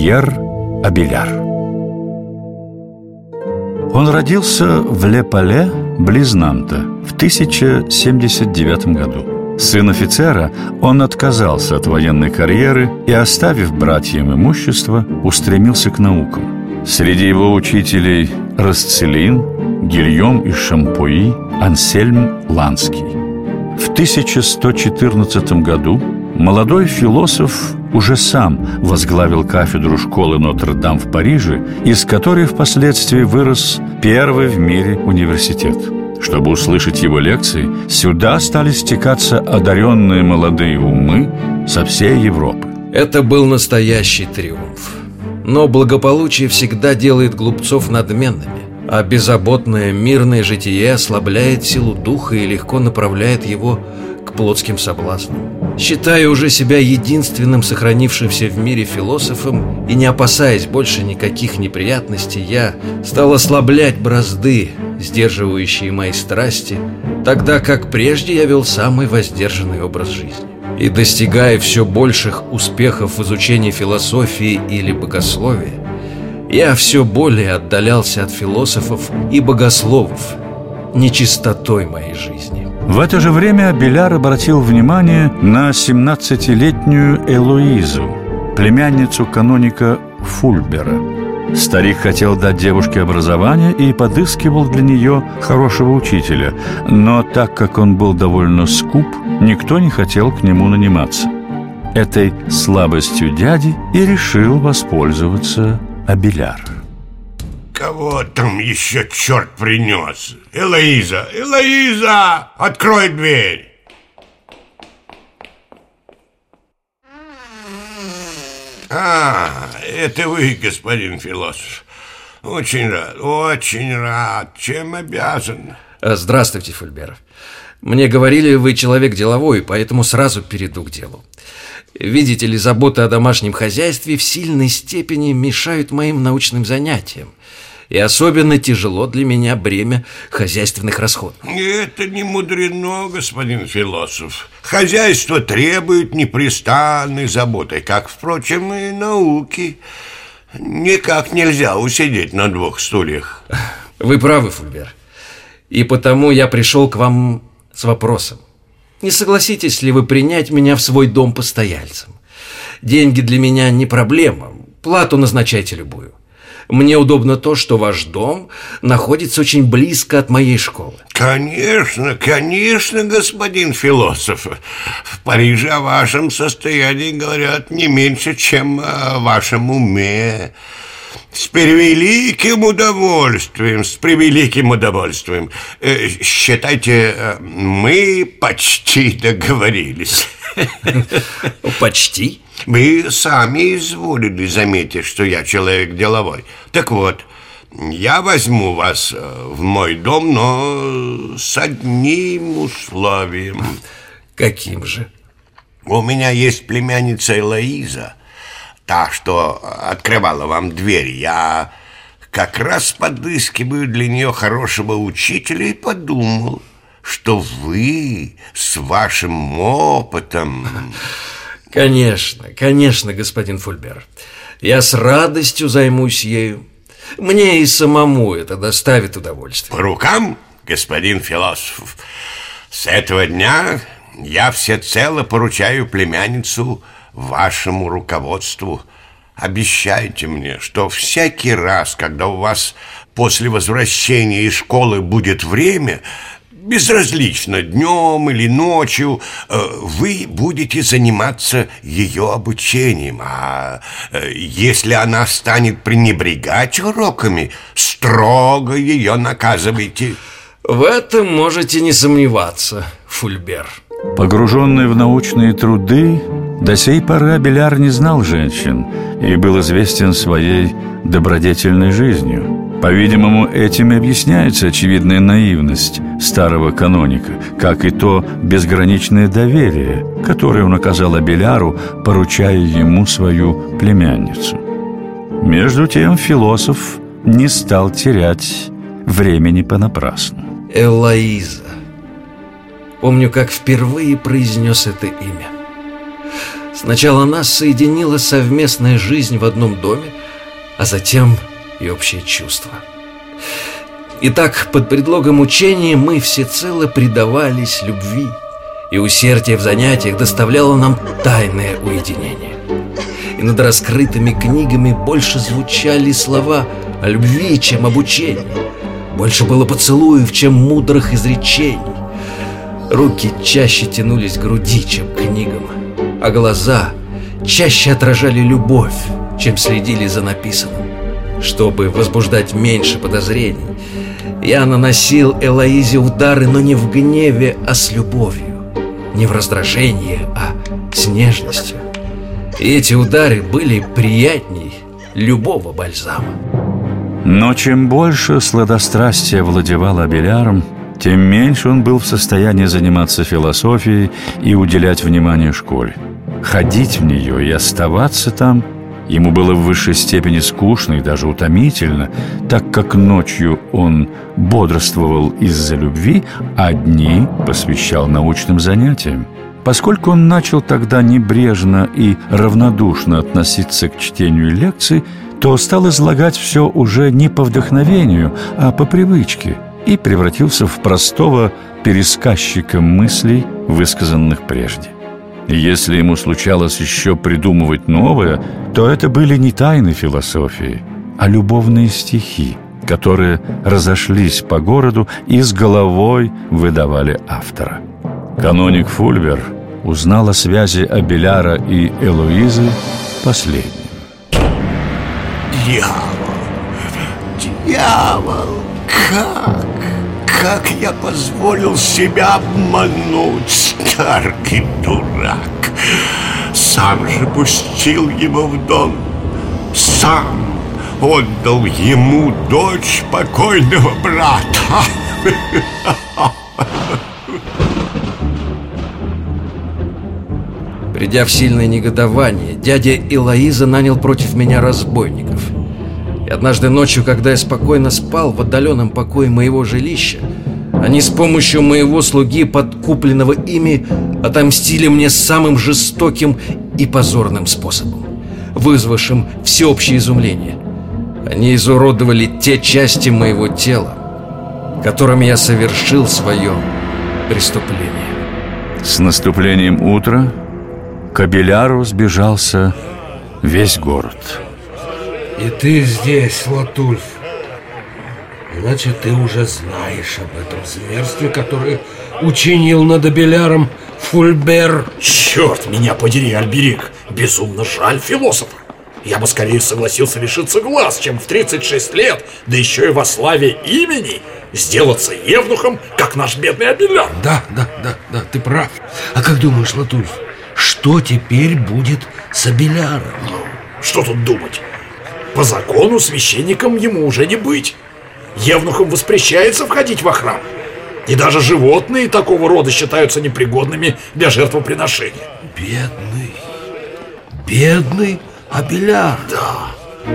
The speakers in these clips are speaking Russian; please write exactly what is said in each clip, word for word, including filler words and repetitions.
Пьер Абеляр. Он родился в Ле-Пале, близ Нанта, в тысяча семьдесят девятом году. Сын офицера, он отказался от военной карьеры и, оставив братьям имущество, устремился к наукам. Среди его учителей Расцелин, Гильом из Шампуи, Ансельм Ланский. В тысяча сто четырнадцатом году молодой философ уже сам возглавил кафедру школы Нотр-Дам в Париже, из которой впоследствии вырос первый в мире университет. Чтобы услышать его лекции, сюда стали стекаться одаренные молодые умы со всей Европы. Это был настоящий триумф. Но благополучие всегда делает глупцов надменными, а беззаботное мирное житие ослабляет силу духа и легко направляет его к плотским соблазнам. Считая уже себя единственным сохранившимся в мире философом и не опасаясь больше никаких неприятностей, я стал ослаблять бразды, сдерживающие мои страсти, тогда как прежде я вел самый воздержанный образ жизни. И достигая все больших успехов в изучении философии или богословия, я все более отдалялся от философов и богословов нечистотой моей жизни. В это же время Абеляр обратил внимание на семнадцатилетнюю Элоизу, племянницу каноника Фульбера. Старик хотел дать девушке образование и подыскивал для нее хорошего учителя, но так как он был довольно скуп, никто не хотел к нему наниматься. Этой слабостью дяди и решил воспользоваться Абеляр. Кого там еще черт принес? Элоиза! Элоиза! Открой дверь! А, это вы, господин философ. Очень рад, очень рад. Чем обязан? Здравствуйте, Фульбер. Мне говорили, вы человек деловой, поэтому сразу перейду к делу. Видите ли, заботы о домашнем хозяйстве в сильной степени мешают моим научным занятиям. И особенно тяжело для меня бремя хозяйственных расходов. Это не мудрено, господин философ. Хозяйство требует непрестанной заботы, как, впрочем, и науки. Никак нельзя усидеть на двух стульях. Вы правы, Фульбер. И потому я пришел к вам с вопросом. Не согласитесь ли вы принять меня в свой дом постояльцем? Деньги для меня не проблема. Плату назначайте любую. Мне удобно то, что ваш дом находится очень близко от моей школы. Конечно, конечно, господин философ. В Париже о вашем состоянии говорят не меньше, чем о вашем уме. С превеликим удовольствием, с превеликим удовольствием. Э, считайте, мы почти договорились. Почти? Вы сами изволили заметить, что я человек деловой. Так вот, я возьму вас в мой дом, но с одним условием. Каким же? У меня есть племянница Элоиза, та, что открывала вам дверь. Я как раз подыскиваю для нее хорошего учителя и подумал, что вы с вашим опытом... Конечно, конечно, господин Фульбер. Я с радостью займусь ею. Мне и самому это доставит удовольствие. По рукам, господин философ. С этого дня я всецело поручаю племянницу вашему руководству. Обещайте мне, что всякий раз, когда у вас после возвращения из школы будет время, безразлично, днем или ночью, вы будете заниматься ее обучением. А если она станет пренебрегать уроками, строго ее наказывайте. В этом можете не сомневаться, Фульбер. Погруженный в научные труды, до сей поры Абеляр не знал женщин и был известен своей добродетельной жизнью. По-видимому, этим и объясняется очевидная наивность старого каноника, как и то безграничное доверие, которое он оказал Абеляру, поручая ему свою племянницу. Между тем философ не стал терять времени понапрасну. Элоиза. Помню, как впервые произнес это имя. Сначала нас соединила совместная жизнь в одном доме, а затем и общее чувство. Итак, под предлогом учения мы всецело предавались любви, и усердие в занятиях доставляло нам тайное уединение. И над раскрытыми книгами больше звучали слова о любви, чем об учении. Больше было поцелуев, чем мудрых изречений. Руки чаще тянулись к груди, чем к книгам, а глаза чаще отражали любовь, чем следили за написанным. Чтобы возбуждать меньше подозрений, я наносил Элоизе удары, но не в гневе, а с любовью, не в раздражении, а с нежностью. И эти удары были приятней любого бальзама. Но чем больше сладострастия владевало Абеляром, тем меньше он был в состоянии заниматься философией и уделять внимание школе. Ходить в нее и оставаться там ему было в высшей степени скучно и даже утомительно, так как ночью он бодрствовал из-за любви, а дни посвящал научным занятиям. Поскольку он начал тогда небрежно и равнодушно относиться к чтению лекций, то стал излагать все уже не по вдохновению, а по привычке, и превратился в простого пересказчика мыслей, высказанных прежде. И если ему случалось еще придумывать новое, то это были не тайны философии, а любовные стихи, которые разошлись по городу и с головой выдавали автора. Каноник Фульбер узнал о связи Абеляра и Элоизы последним. Дьявол! Дьявол! Как? Как я позволил себя обмануть, старый дурак? Сам же пустил его в дом, сам отдал ему дочь покойного брата. Придя в сильное негодование, дядя Элоиза нанял против меня разбойников. И однажды ночью, когда я спокойно спал в отдаленном покое моего жилища, они с помощью моего слуги, подкупленного ими, отомстили мне самым жестоким и позорным способом, вызвавшим всеобщее изумление. Они изуродовали те части моего тела, которыми я совершил свое преступление. С наступлением утра к Абеляру сбежался весь город. И ты здесь, Латульф. Значит, ты уже знаешь об этом зверстве, которое учинил над Абеляром Фульбер. Черт меня подери, Альберик. Безумно жаль философа. Я бы скорее согласился лишиться глаз, чем в тридцать шесть лет, да еще и во славе имени, сделаться евнухом, как наш бедный Абеляр. Да, да, да, да, ты прав. А как думаешь, Латульф, что теперь будет с Абеляром? Что тут думать? По закону священником ему уже не быть. Евнухам воспрещается входить во храм. И даже животные такого рода считаются непригодными для жертвоприношения. Бедный, бедный Абеляр. Да.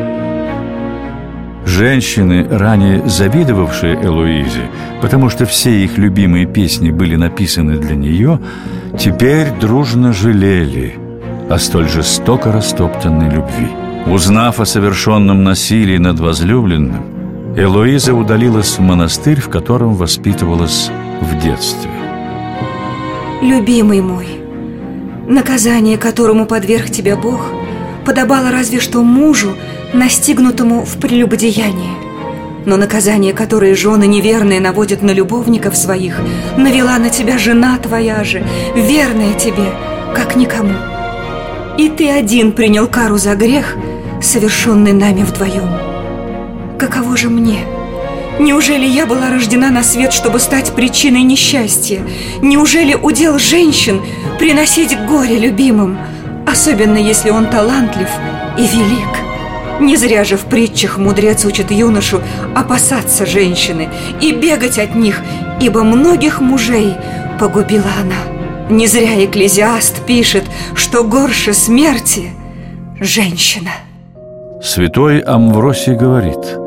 Женщины, ранее завидовавшие Элоизе, потому что все их любимые песни были написаны для нее, теперь дружно жалели о столь жестоко растоптанной любви. Узнав о совершенном насилии над возлюбленным, Элоиза удалилась в монастырь, в котором воспитывалась в детстве. Любимый мой, наказание, которому подверг тебя Бог, подобало разве что мужу, настигнутому в прелюбодеянии. Но наказание, которое жены неверные наводят на любовников своих, навела на тебя жена твоя же, верная тебе, как никому. И ты один принял кару за грех, совершенный нами вдвоем. Каково же мне? Неужели я была рождена на свет, чтобы стать причиной несчастья? Неужели удел женщин приносить горе любимым, особенно если он талантлив и велик? Не зря же в притчах мудрец учит юношу опасаться женщины и бегать от них, ибо многих мужей погубила она. Не зря Экклезиаст пишет, что горше смерти женщина. Святой Амвросий говорит: